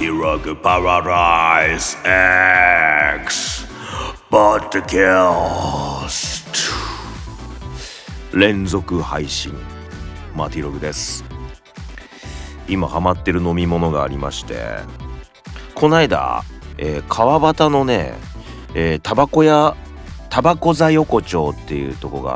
ティログパラダイス X ポッドキャスト連続配信マティログです。今ハマってる飲み物がありまして、こないだ、川端のね、タバコ座横丁っていうとこがあって、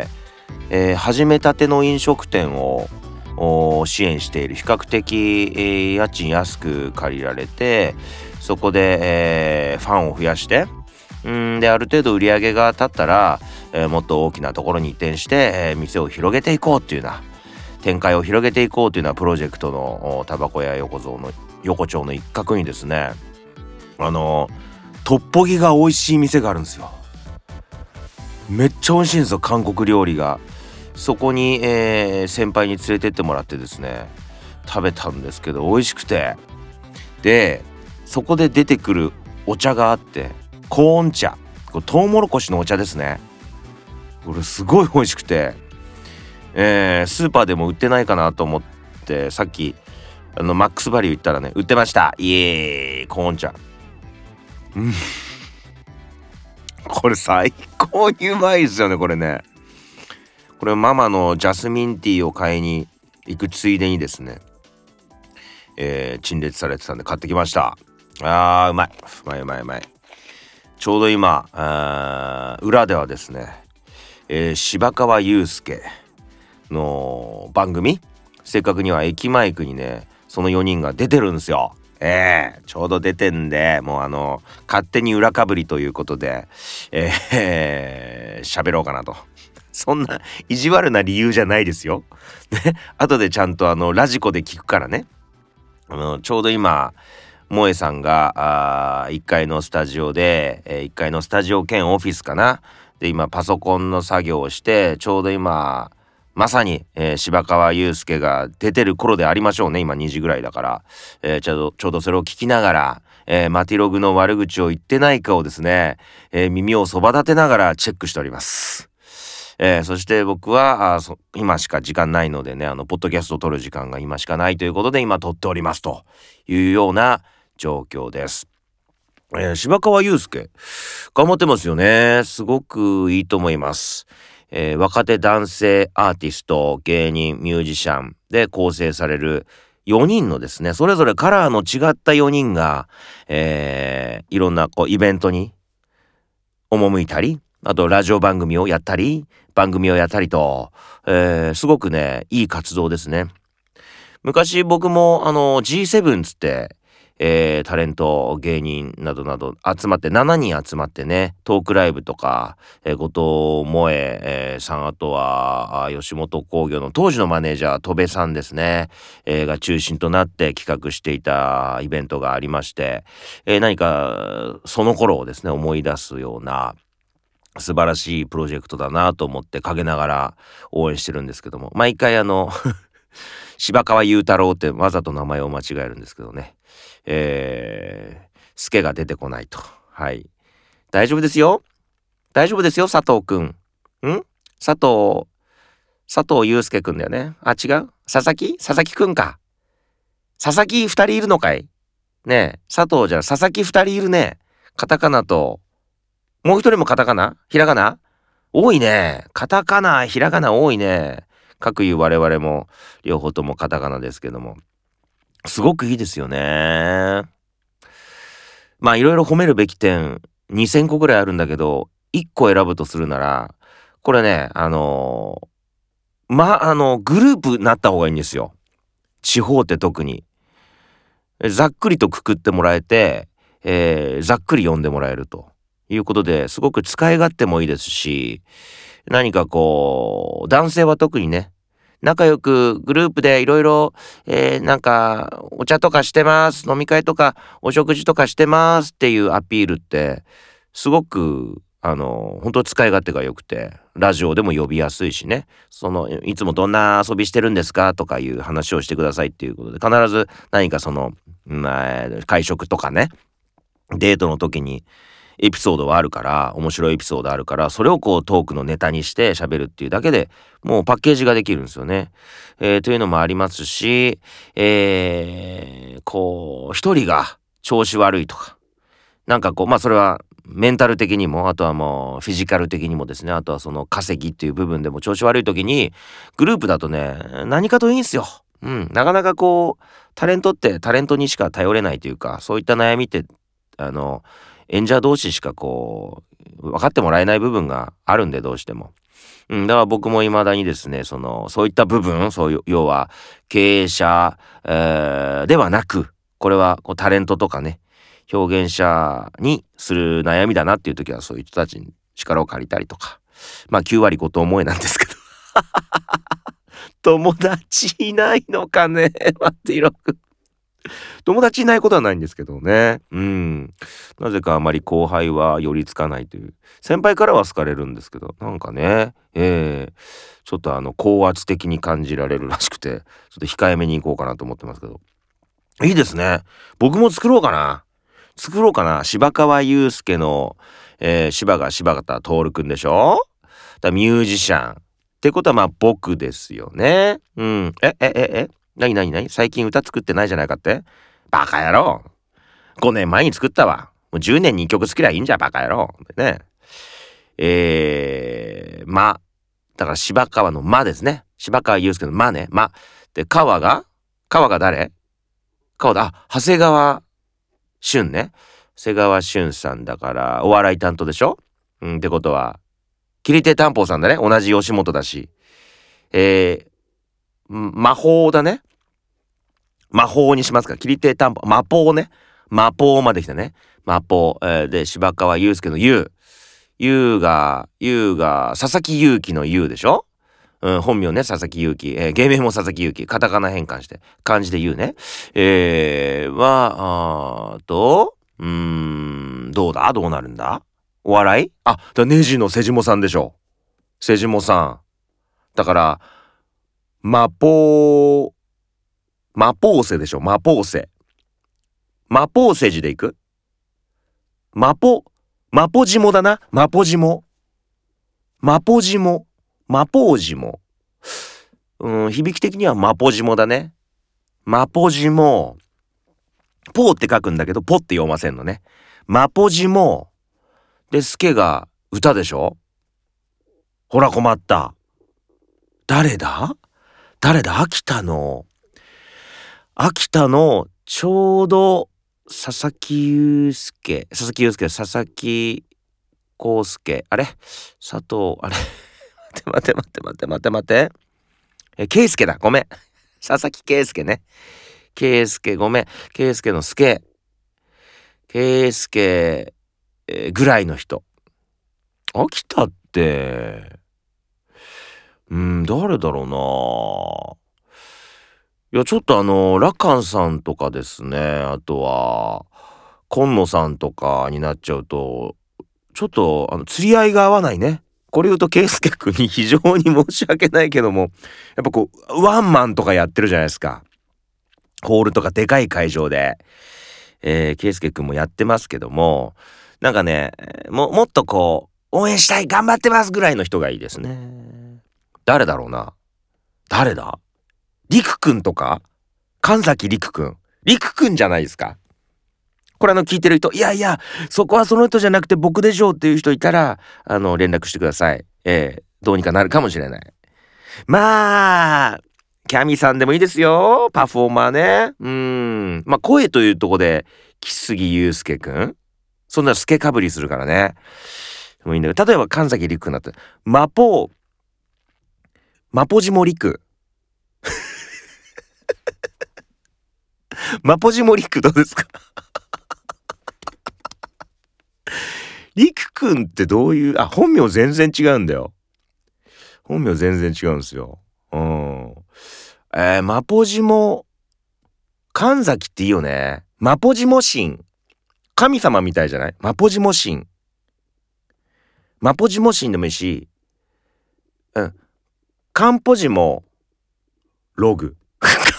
始めたての飲食店を支援している、比較的、家賃安く借りられて、そこで、ファンを増やしてである程度売り上げが立ったら、もっと大きなところに移転して、店を広げていこうっていう展開を広げていこうというようなプロジェクトのタバコ屋横丁の一角にですね、トッポギが美味しい店があるんですよ。めっちゃ美味しいんですよ、韓国料理が。そこに、先輩に連れてってもらってですね、食べたんですけど美味しくて、でそこで出てくるお茶があって、コーン茶、これトウモロコシのお茶ですね。これすごい美味しくて、スーパーでも売ってないかなと思って、さっきマックスバリュー行ったらね、売ってました。イエーイ、コーン茶。これ最高にうまいですよね。これね、これママのジャスミンティーを買いに行くついでにですね、陳列されてたんで買ってきました。うまい。ちょうど今裏ではですね、柴川祐介の番組、正確には駅マイクにね、その4人が出てるんですよ。ちょうど出てんで、もう勝手に裏かぶりということで喋ろうかなと。そんな意地悪な理由じゃないですよ。ね、後でちゃんとラジコで聞くからね。ちょうど今萌えさんが1階のスタジオで、1階のスタジオ兼オフィスかなで今パソコンの作業をして、ちょうど今まさに、柴川祐介が出てる頃でありましょうね。今2時ぐらいだから、ちょうどそれを聞きながら、マティログの悪口を言ってないかをですね、耳をそば立てながらチェックしております。そして僕は今しか時間ないのでね、ポッドキャストを撮る時間が今しかないということで今撮っておりますというような状況です。柴川祐介頑張ってますよね。すごくいいと思います。若手男性アーティスト、芸人、ミュージシャンで構成される4人のですね、それぞれカラーの違った4人が、いろんなイベントに赴いたり、あとラジオ番組をやったりと、すごくねいい活動ですね。昔僕もG7 つって、タレント芸人などなど集まって7人集まってね、トークライブとか、後藤萌え、さん、あとは吉本興業の当時のマネージャー戸部さんですね、が中心となって企画していたイベントがありまして、何かその頃をですね思い出すような素晴らしいプロジェクトだなと思って陰ながら応援してるんですけども、毎回柴川雄太郎ってわざと名前を間違えるんですけどね、助が出てこないと。はい、大丈夫ですよ佐藤くん。佐藤祐介くんだよね。違う、佐々木くんか。佐々木2人いるのかいね。佐藤じゃ佐々木2人いるね。カタカナともう一人もカタカナひらがな多いね。カタカナひらがな多いね。各いう我々も両方ともカタカナですけども、すごくいいですよね。まあいろいろ褒めるべき点2000個ぐらいあるんだけど、1個選ぶとするならこれね、グループになった方がいいんですよ。地方って特にざっくりとくくってもらえて、ざっくり読んでもらえるということで、すごく使い勝手もいいですし、何か男性は特にね、仲良くグループでいろいろなんかお茶とかしてます、飲み会とかお食事とかしてますっていうアピールってすごく本当使い勝手が良くて、ラジオでも呼びやすいしね、いつもどんな遊びしてるんですかとかいう話をしてくださいっていうことで、必ず何か会食とかね、デートの時にエピソードはあるから、面白いエピソードあるから、それをこうトークのネタにして喋るっていうだけでもうパッケージができるんですよね。というのもありますし、こう一人が調子悪いとか、なんかこうまあそれはメンタル的にも、あとはもうフィジカル的にもですね、あとはその稼ぎっていう部分でも調子悪い時に、グループだとね、何かといいんすよ。なかなかこうタレントってタレントにしか頼れないというか、そういった悩みって演者同士しかこう分かってもらえない部分があるんで、どうしても。だから僕も未だにですね、そういった部分、そういう要は経営者、ではなく、これはこうタレントとかね、表現者にする悩みだなっていう時は、そういう人たちに力を借りたりとか、まあ9割ごと思えなんですけど友達いないのかね待っていろ友達いないことはないんですけどね。なぜかあまり後輩は寄りつかないという。先輩からは好かれるんですけど、なんかね、ちょっと高圧的に感じられるらしくて、ちょっと控えめに行こうかなと思ってますけど。いいですね。僕も作ろうかな。柴川祐介の、柴が柴形徹くんでしょ。ミュージシャン。ってことはまあ僕ですよね。何最近歌作ってないじゃないかって。バカ野郎。5年前に作ったわ。もう10年に1曲作りゃいいんじゃバカ野郎。ね。だから柴川の間ですね。柴川祐介の間ね。で、川が誰？長谷川俊ね。長谷川俊さんだからお笑い担当でしょ。ってことは切り手担保さんだね。同じ吉本だし。魔法だね。魔法にしますか。切り手担保。魔法ね。魔法まで来たね。魔法。で、柴川祐介の祐。祐が、佐々木祐希の祐でしょ。本名ね、佐々木祐希。芸名も佐々木祐希。カタカナ変換して。漢字で言うね。どうなるんだ？お笑い？ネジの瀬下さんでしょ。瀬下さん。だから、魔法世でしょ。魔法世寺でいく？魔法島だな。魔法島。響き的には魔法島だね。魔法島。ポーって書くんだけど、ポって読ませんのね。魔法島。で、スケが歌でしょ。ほら困った。誰だ秋田のちょうど佐々木康介、佐々木康介、あれ佐藤、あれ待って圭介だ、ごめん。佐々木圭介ね。圭介、ごめん。圭介の介。圭介、ぐらいの人。秋田って、誰だろうな。いや、ちょっとラカンさんとかですね、あとは、今野さんとかになっちゃうと、ちょっと、釣り合いが合わないね。これ言うと、圭介くんに非常に申し訳ないけども、やっぱこう、ワンマンとかやってるじゃないですか。ホールとかでかい会場で。圭介くんもやってますけども、なんかね、もっとこう、応援したい、頑張ってますぐらいの人がいいですね。誰だろうな。誰だ？りくくんとか？神崎りくくん。りくくんじゃないですか。これ聞いてる人、いやいや、そこはその人じゃなくて僕でしょうっていう人いたら、連絡してください。どうにかなるかもしれない。まあ、キャミさんでもいいですよ。パフォーマーね。まあ、声というとこで、木杉祐介くん。そんなスケかぶりするからね。もういいんだけど、例えば神崎りくくんだって、マポジモリク。マポジモリクどうですか？りくくんってどういう、本名全然違うんだよ。本名全然違うんですよ。マポジモ、神崎っていいよね。マポジモ神。神様みたいじゃない？マポジモ神。マポジモ神でもいいし、カンポジモログ。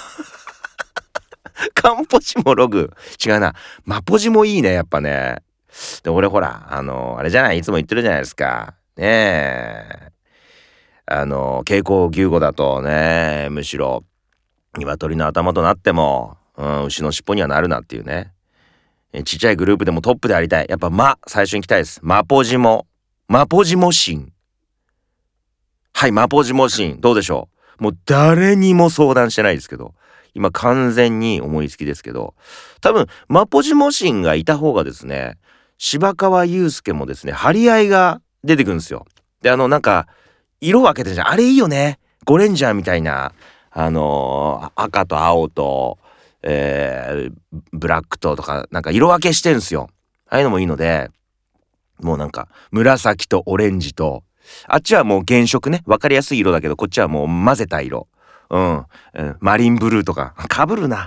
カンポジモログ。違うな。マポジもいいね、やっぱね。 で俺ほらあれじゃない、いつも言ってるじゃないですかねえ。蛍光牛語だとね、むしろ鶏の頭となっても、牛の尻尾にはなるなっていうね。ちっちゃいグループでもトップでありたい。やっぱ最初に来たいです。マポジモシン。はい、マポジモシンどうでしょう。もう誰にも相談してないですけど、今完全に思いつきですけど、多分マポジモシンがいた方がですね、柴川祐介もですね、張り合いが出てくるんですよ。でなんか色分けてるじゃん、あれいいよね。ゴレンジャーみたいな赤と青と、ブラックとかなんか色分けしてんすよ。ああいうのもいいので、もうなんか紫とオレンジと、あっちはもう原色ね、分かりやすい色だけど、こっちはもう混ぜた色、マリンブルーとかかぶるね。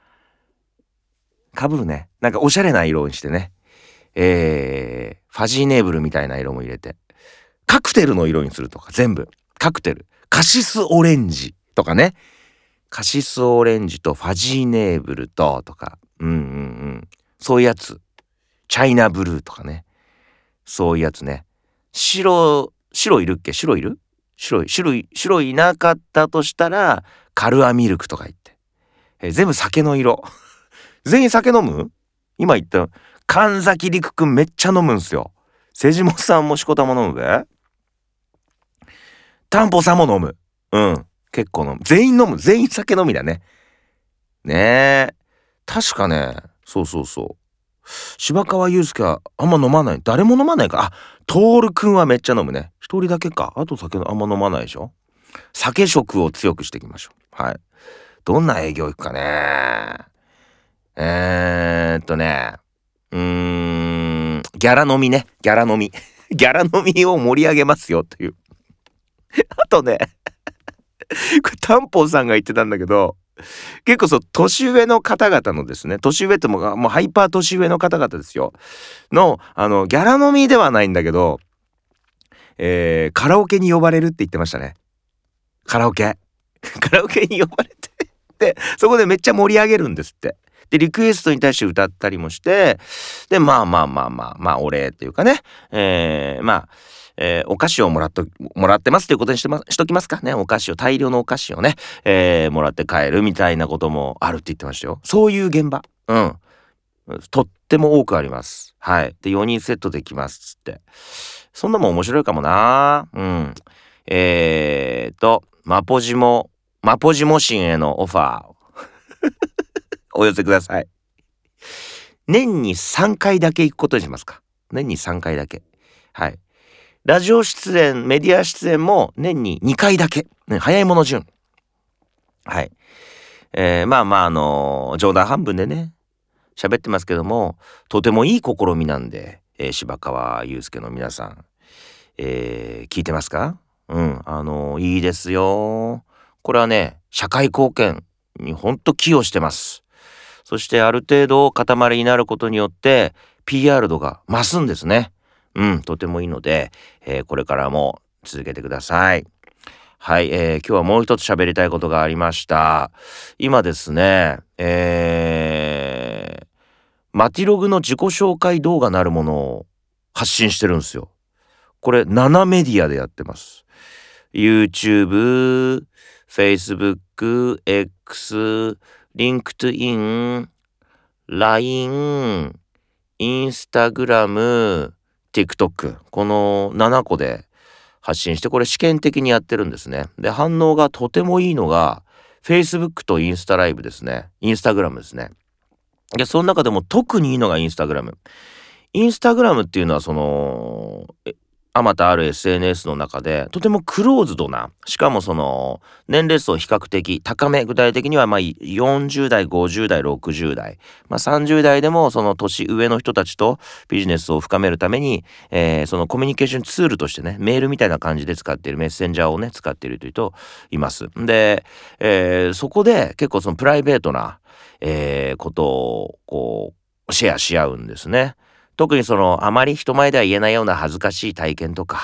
なんかおしゃれな色にしてね、ファジーネーブルみたいな色も入れて、カクテルの色にするとか、全部カクテル、カシスオレンジとかね、カシスオレンジとファジーネーブルとか、そういうやつ、チャイナブルーとかね、そういうやつね。白いるっけ？白いなかったとしたらカルアミルクとか言って、全部酒の色。全員酒飲む？今言った神崎陸くんめっちゃ飲むんすよ。瀬下さんもしこたも飲むべ？タンポさんも飲む。結構飲む。全員酒飲みだね。ねえ、確かね、そう柴川祐介はあんま飲まない。誰も飲まないか。トールくんはめっちゃ飲むね。一人だけか。あと酒あんま飲まないでしょ。酒食を強くしていきましょう。はい。どんな営業行くかね。ギャラ飲みね。ギャラ飲みを盛り上げますよという。あとね、これタンポンさんが言ってたんだけど、結構年上の方々のですね、年上ってもうハイパー年上の方々ですよのギャラ飲みではないんだけど、カラオケに呼ばれるって言ってましたね。カラオケに呼ばれてでそこでめっちゃ盛り上げるんですって。でリクエストに対して歌ったりもして、でまあお礼っていうかね、お菓子をもらってますということにしときますかね。大量のお菓子をね、もらって帰るみたいなこともあるって言ってましたよ。そういう現場、とっても多くあります。はい。で4人セットできますっつって、そんなもん面白いかもな。マポジモシンへのオファーをお寄せください。年に3回だけ行くことにしますか。年に3回だけ。はい。ラジオ出演、メディア出演も年に2回だけ。早いもの順。はい。冗談半分でね、喋ってますけども、とてもいい試みなんで、柴川祐介の皆さん、聞いてますか？いいですよ。これはね、社会貢献にほんと寄与してます。そしてある程度塊になることによって PR 度が増すんですね。とてもいいので、これからも続けてください。はい、今日はもう一つ喋りたいことがありました。今ですね、マティログの自己紹介動画なるものを発信してるんですよ。これ7メディアでやってます。YouTube、Facebook、X、LinkedIn、LINE、Instagram、TikTok、この7個で発信して、これ試験的にやってるんですね。で、反応がとてもいいのが Facebook とインスタライブですね。Instagram ですね。で、その中でも特にいいのがInstagram。Instagramっていうのはあまたある SNS の中でとてもクローズドな、しかも年齢層比較的高め、具体的には40代、50代、60代、30代でも年上の人たちとビジネスを深めるために、そのコミュニケーションツールとしてね、メールみたいな感じで使っているメッセンジャーをね使っているという人います。で、そこで結構プライベートな、ことをこうシェアし合うんですね。特にあまり人前では言えないような恥ずかしい体験とか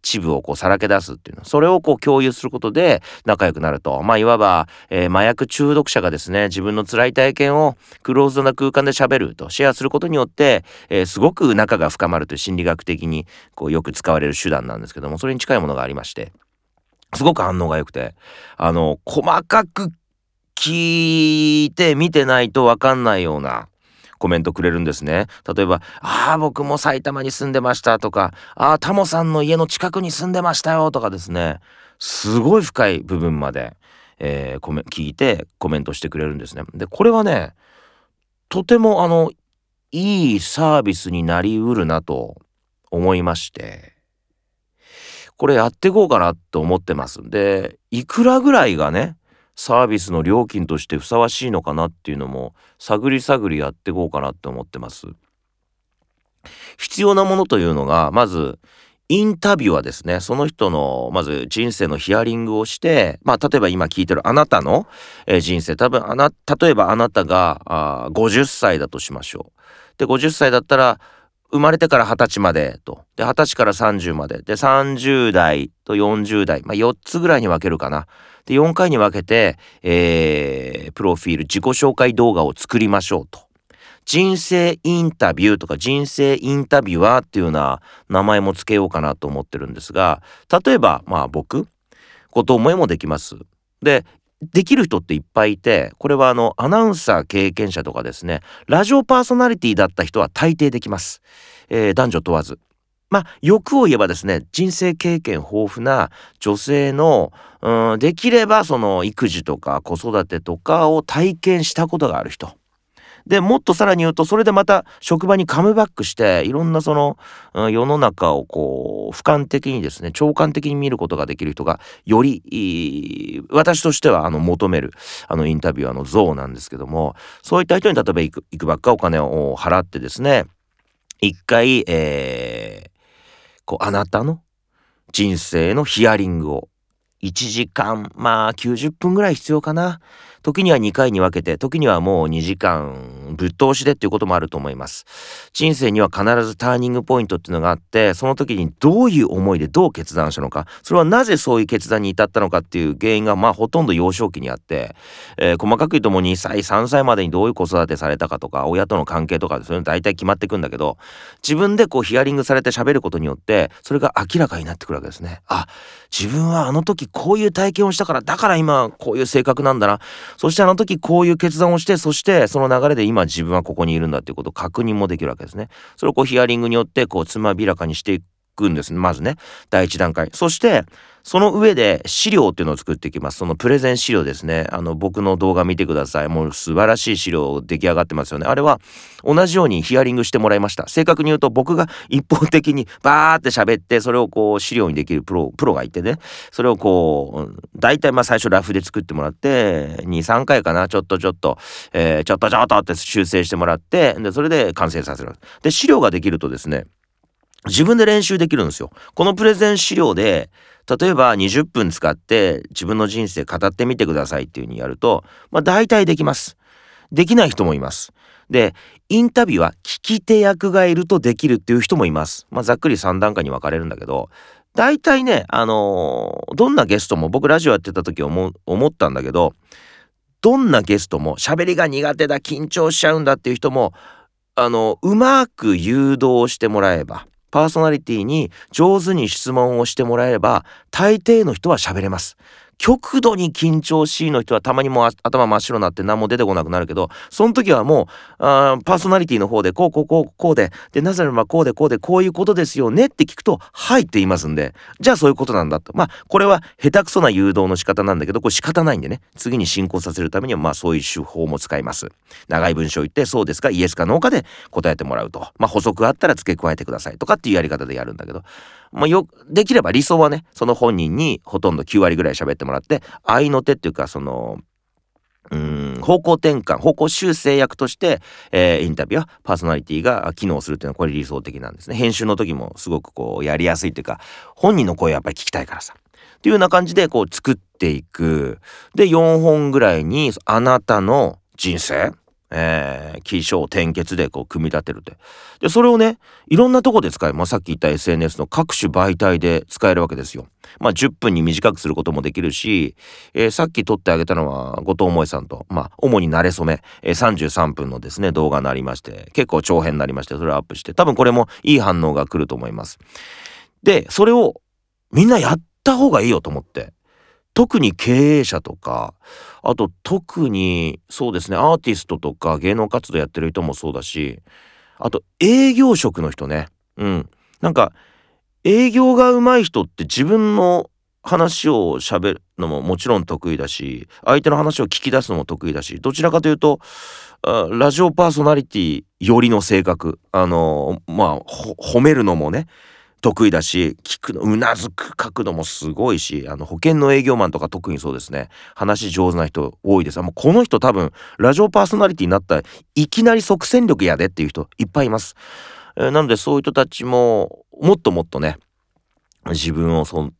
一部をこうさらけ出すっていうの、それをこう共有することで仲良くなると。いわば、麻薬中毒者がですね、自分の辛い体験をクローズドな空間で喋ると、シェアすることによって、すごく仲が深まるという心理学的にこうよく使われる手段なんですけども、それに近いものがありまして、すごく反応が良くて、細かく聞いて見てないと分かんないようなコメントくれるんですね。例えば僕も埼玉に住んでましたとか、タモさんの家の近くに住んでましたよとかですね、すごい深い部分まで、聞いてコメントしてくれるんですね。でこれはね、とてもいいサービスになりうるなと思いまして、これやっていこうかなと思ってます。でいくらぐらいがね、サービスの料金としてふさわしいのかなっていうのも探り探りやっていこうかなって思ってます。必要なものというのが、まずインタビュアーですね。その人のまず人生のヒアリングをして、例えば今聞いてるあなたの、人生、例えばあなたが50歳だとしましょう。で50歳だったら生まれてから20歳までと、で20歳から30までで、30代と40代、4つぐらいに分けるかな。で4回に分けて、プロフィール自己紹介動画を作りましょうと。人生インタビューとか人生インタビュアーっていうような名前もつけようかなと思ってるんですが、例えば僕ごと思いもできます。できる人っていっぱいいて、これはアナウンサー経験者とかですね、ラジオパーソナリティだった人は大抵できます。男女問わず。欲を言えばですね、人生経験豊富な女性のできればその育児とか子育てとかを体験したことがある人で、もっとさらに言うと、それでまた職場にカムバックしていろんなその、世の中をこう俯瞰的にですね、長官的に見ることができる人がより私としては求めるインタビュアーの像なんですけども、そういった人に例えば行くばっかお金を払ってですね、一回、あなたの人生のヒアリングを1時間90分ぐらい必要かな。時には2回に分けて、時にはもう2時間ぶっ通しでっていうこともあると思います。人生には必ずターニングポイントっていうのがあって、その時にどういう思いでどう決断したのか、それはなぜそういう決断に至ったのかっていう原因がほとんど幼少期にあって、細かく言うともう2歳3歳までにどういう子育てされたかとか、親との関係とか、そういうの大体決まってくんだけど、自分でヒアリングされて喋ることによってそれが明らかになってくるわけですね。自分はあの時こういう体験をしたから、だから今こういう性格なんだな、そしてあの時こういう決断をして、そしてその流れで今自分はここにいるんだっていうことを確認もできるわけですね。それをヒアリングによってつまびらかにしていくんですね。まずね、第一段階。そしてその上で資料っていうのを作っていきます。そのプレゼン資料ですね。僕の動画見てください。もう素晴らしい資料出来上がってますよね。あれは同じようにヒアリングしてもらいました。正確に言うと、僕が一方的にバーって喋って、それを資料にできるプロがいてね、それを大体最初ラフで作ってもらって、2、3回かな、ちょっとって修正してもらって、でそれで完成させる。で資料ができるとですね、自分で練習できるんですよ。このプレゼン資料で例えば20分使って自分の人生語ってみてくださいっていう風にやると、大体できます。できない人もいます。でインタビューは聞き手役がいるとできるっていう人もいます。ざっくり3段階に分かれるんだけど、大体ね、どんなゲストも、僕ラジオやってた時思ったんだけど、どんなゲストも喋りが苦手だ、緊張しちゃうんだっていう人もうまく誘導してもらえば、パーソナリティに上手に質問をしてもらえれば、大抵の人は喋れます。極度に緊張しいの人はたまにもう頭真っ白になって何も出てこなくなるけど、その時はもうパーソナリティの方でこうでなぜならばこうでこういうことですよねって聞くと、はいって言いますんで、じゃあそういうことなんだと。これは下手くそな誘導の仕方なんだけど、これ仕方ないんでね、次に進行させるためにはそういう手法も使います。長い文章を言って、そうですかイエスかノーかで答えてもらうと、補足あったら付け加えてくださいとかっていうやり方でやるんだけど、できれば理想はね、その本人にほとんど9割ぐらい喋ってもらって、合いの手っていうか方向転換、方向修正役として、インタビューはパーソナリティが機能するっていうのはこれ理想的なんですね。編集の時もすごくやりやすいというか、本人の声やっぱり聞きたいからさっていうような感じで作っていく。で4本ぐらいにあなたの人生、 起承転結でこう組み立てるって。でそれをねいろんなとこで使える、さっき言った SNS の各種媒体で使えるわけですよ。10分に短くすることもできるし、さっき撮ってあげたのは後藤萌さんと、主に馴れ初め、33分のですね動画になりまして、結構長編になりまして、それをアップして多分これもいい反応が来ると思います。でそれをみんなやった方がいいよと思って、特に経営者とか、あと特にそうですねアーティストとか芸能活動やってる人もそうだし、あと営業職の人ね、なんか営業が上手い人って自分の話を喋るのももちろん得意だし、相手の話を聞き出すのも得意だし、どちらかというとラジオパーソナリティよりの性格、褒めるのもね得意だし、聞くのうなずく角度もすごいし、保険の営業マンとか特にそうですね、話上手な人多いです。もうこの人多分ラジオパーソナリティになったらいきなり即戦力やでっていう人いっぱいいます。なのでそういう人たちももっともっとね自分をそういった、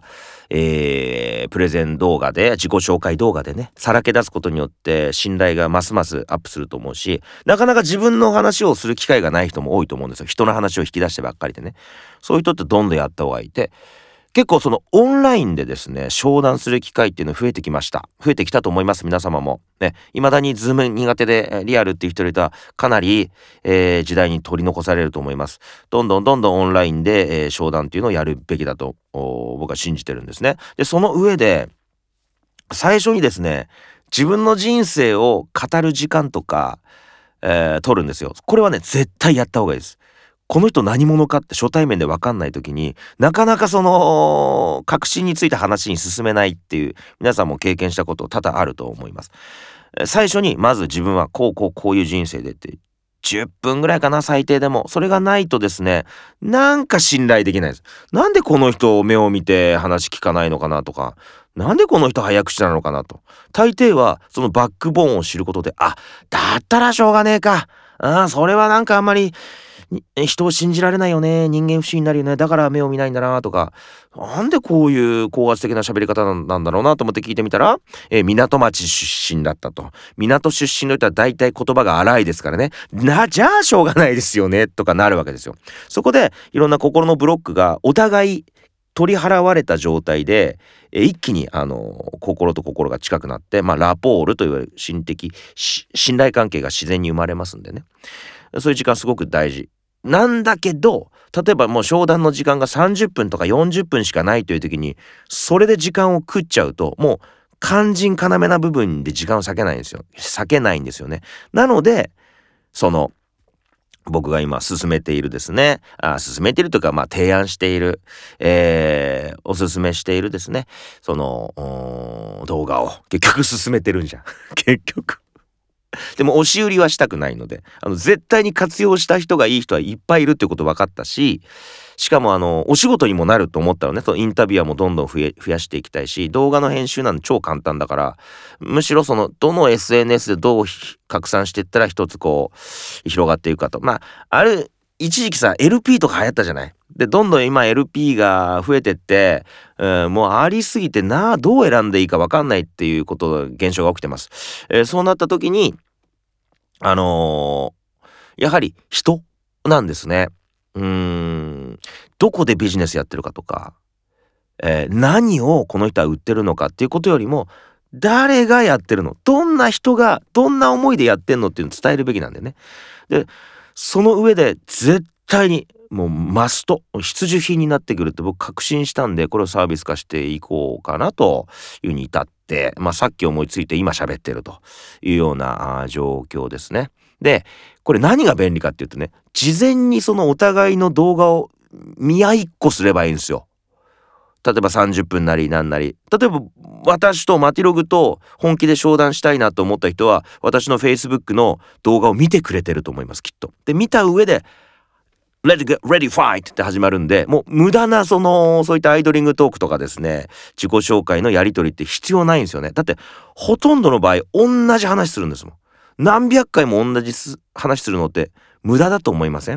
プレゼン動画で自己紹介動画でねさらけ出すことによって信頼がますますアップすると思うし、なかなか自分の話をする機会がない人も多いと思うんですよ。人の話を引き出してばっかりでね。そういう人ってどんどんやった方がいて、結構そのオンラインでですね商談する機会っていうの増えてきたと思います。皆様もね、未だにズーム苦手でリアルっていう人よりはかなり、時代に取り残されると思います。どんどんオンラインで、商談っていうのをやるべきだと僕は信じてるんですね。でその上で最初にですね自分の人生を語る時間とか、取るんですよ。これはね絶対やった方がいいです。この人何者かって初対面で分かんない時になかなかその確信についた話に進めないっていう、皆さんも経験したこと多々あると思います。最初にまず自分はこういう人生でって10分ぐらいかな最低でも。それがないとですねなんか信頼できないです。なんでこの人目を見て話聞かないのかなとか、なんでこの人早口なのかなと、大抵はそのバックボーンを知ることで、だったらしょうがねえか、それはなんかあんまり人を信じられないよね、人間不信になるよね、だから目を見ないんだなとか、なんでこういう高圧的な喋り方なんだろうなと思って聞いてみたら、港町出身だったと。港出身の人は大体言葉が荒いですからね、じゃあしょうがないですよねとかなるわけですよ。そこでいろんな心のブロックがお互い取り払われた状態で、一気に心と心が近くなって、ラポールといわれる心的信頼関係が自然に生まれますんでね、そういう時間すごく大事なんだけど、例えばもう商談の時間が30分とか40分しかないという時にそれで時間を食っちゃうと、もう肝心要な部分で時間を割けないんですよね。なのでその僕が今進めているですね、進めているというか提案している、おすすめしているですねその動画を結局進めてるんじゃん結局でも押し売りはしたくないので、絶対に活用した人がいい人はいっぱいいるってこと分かったし、しかもお仕事にもなると思ったらね、そのインタビュアーもどんどん増やしていきたいし、動画の編集なんて超簡単だから、むしろそのどの SNS でどう拡散していったら一つこう広がっていくかと。一時期さ LP とか流行ったじゃない。でどんどん今 LP が増えてって、もうありすぎてどう選んでいいか分かんないっていう現象が起きてます。そうなった時にやはり人なんですね。どこでビジネスやってるかとか、何をこの人は売ってるのかっていうことよりも、誰がやってるの、どんな人がどんな思いでやってんのっていうのを伝えるべきなんだよね。でその上で絶対にもうマスト必需品になってくるって僕確信したんで、これをサービス化していこうかなというに至って、さっき思いついて今喋ってるというような状況ですね。でこれ何が便利かっていうとね、事前にそのお互いの動画を見合いっこすればいいんですよ。例えば30分なりなんなり、例えば私とマティログと本気で商談したいなと思った人は私の Facebook の動画を見てくれてると思います、きっと。で見た上でReady fight って始まるんで、もう無駄なそういったアイドリングトークとかですね、自己紹介のやり取りって必要ないんですよね。だってほとんどの場合同じ話するんですもん。何百回も同じ話するのって無駄だと思いません？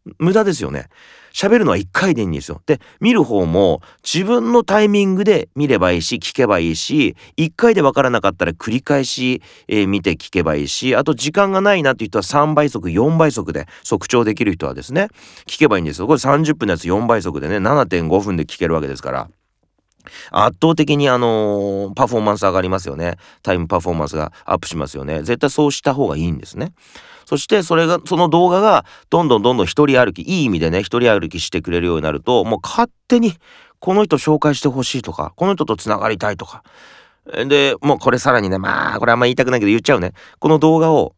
無駄ですよね。喋るのは1回でいいんですよ。で、見る方も自分のタイミングで見ればいいし、聞けばいいし、1回で分からなかったら繰り返し、見て聞けばいいし、あと時間がないなっていう人は3倍速、4倍速で速聴できる人はですね、聞けばいいんですよ。これ30分のやつ4倍速でね、7.5 分で聞けるわけですから。圧倒的にパフォーマンス上がりますよね。タイムパフォーマンスがアップしますよね。絶対そうした方がいいんですね。そしてその動画がどんどん一人歩き、いい意味でね、一人歩きしてくれるようになると、もう勝手にこの人紹介してほしいとか、この人とつながりたいとか。で、もうこれさらにね、これあんま言いたくないけど言っちゃうね。この動画を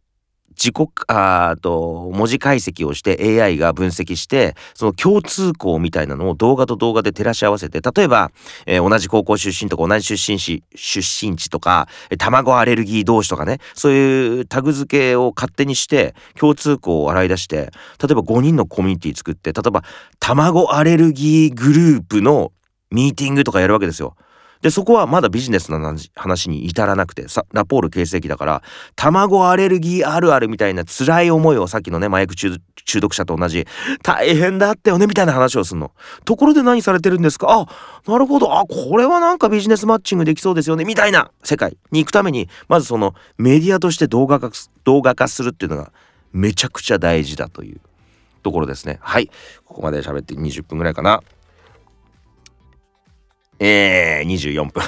文字解析をして AI が分析して、その共通項みたいなのを動画と動画で照らし合わせて、例えば、同じ高校出身とか同じ出身地とか、卵アレルギー同士とかね、そういうタグ付けを勝手にして共通項を洗い出して、例えば5人のコミュニティ作って、例えば卵アレルギーグループのミーティングとかやるわけですよ。で、そこはまだビジネスの話に至らなくて、ラポール形成期だから、卵アレルギーあるあるみたいな辛い思いを、さっきのね、麻薬中毒者と同じ、大変だったよねみたいな話をするの。ところで何されてるんですか？なるほど。これはなんかビジネスマッチングできそうですよねみたいな世界に行くために、まずそのメディアとして動画化するっていうのがめちゃくちゃ大事だというところですね。はい。ここまで喋って20分ぐらいかな。24分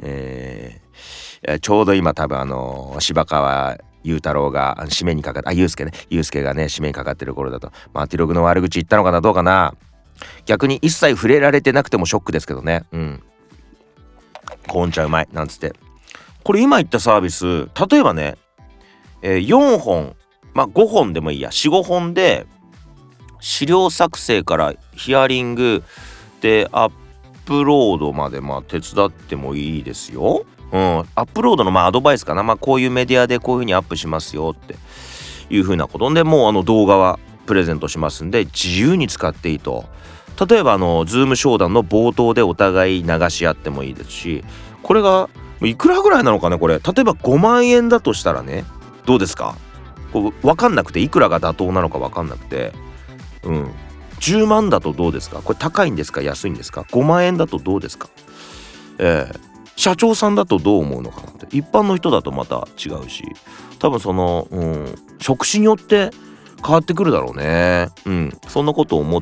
ちょうど今多分柴川雄太郎が締めにかかって、祐介がね締めにかかってる頃だと、ティログの悪口言ったのかな、どうかな。逆に一切触れられてなくてもショックですけどね。コーン茶うまいなんつって。これ今言ったサービス、例えばね、4本5本でもいいや、 4,5 本で資料作成からヒアリングでアップロードまで手伝ってもいいですよ。アップロードのアドバイスかな。こういうメディアでこういう風にアップしますよっていう風なことで、もう動画はプレゼントしますんで自由に使っていいと。例えばズーム商談の冒頭でお互い流し合ってもいいですし、これがいくらぐらいなのかね、これ例えば5万円だとしたらね、どうですか？分かんなくて、いくらが妥当なのか分かんなくて、10万だとどうですか？これ高いんですか安いんですか？5万円だとどうですか？社長さんだとどう思うのかなって。一般の人だとまた違うし、多分その、職種によって変わってくるだろうね。そんなことを思って、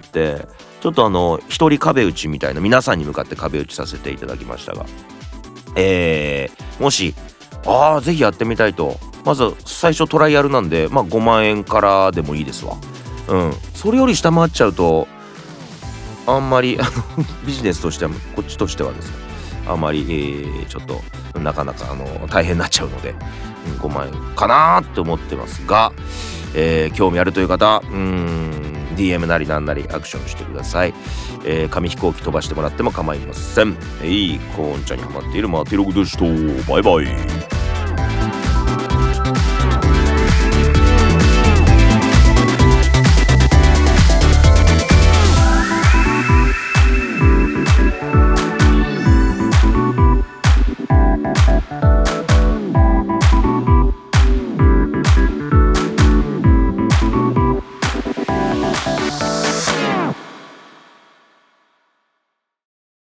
ちょっと一人壁打ちみたいな、皆さんに向かって壁打ちさせていただきましたが、もしぜひやってみたいと、まず最初トライアルなんで、5万円からでもいいですわ。それより下回っちゃうとあんまりビジネスとしては、こっちとしてはですね、あんまり、ちょっとなかなか大変になっちゃうので、5万円かなって思ってますが、興味あるという方、DM なりなんなりアクションしてください。紙飛行機飛ばしてもらっても構いません。コーン茶にハマっているマーティログでした。バイバイ。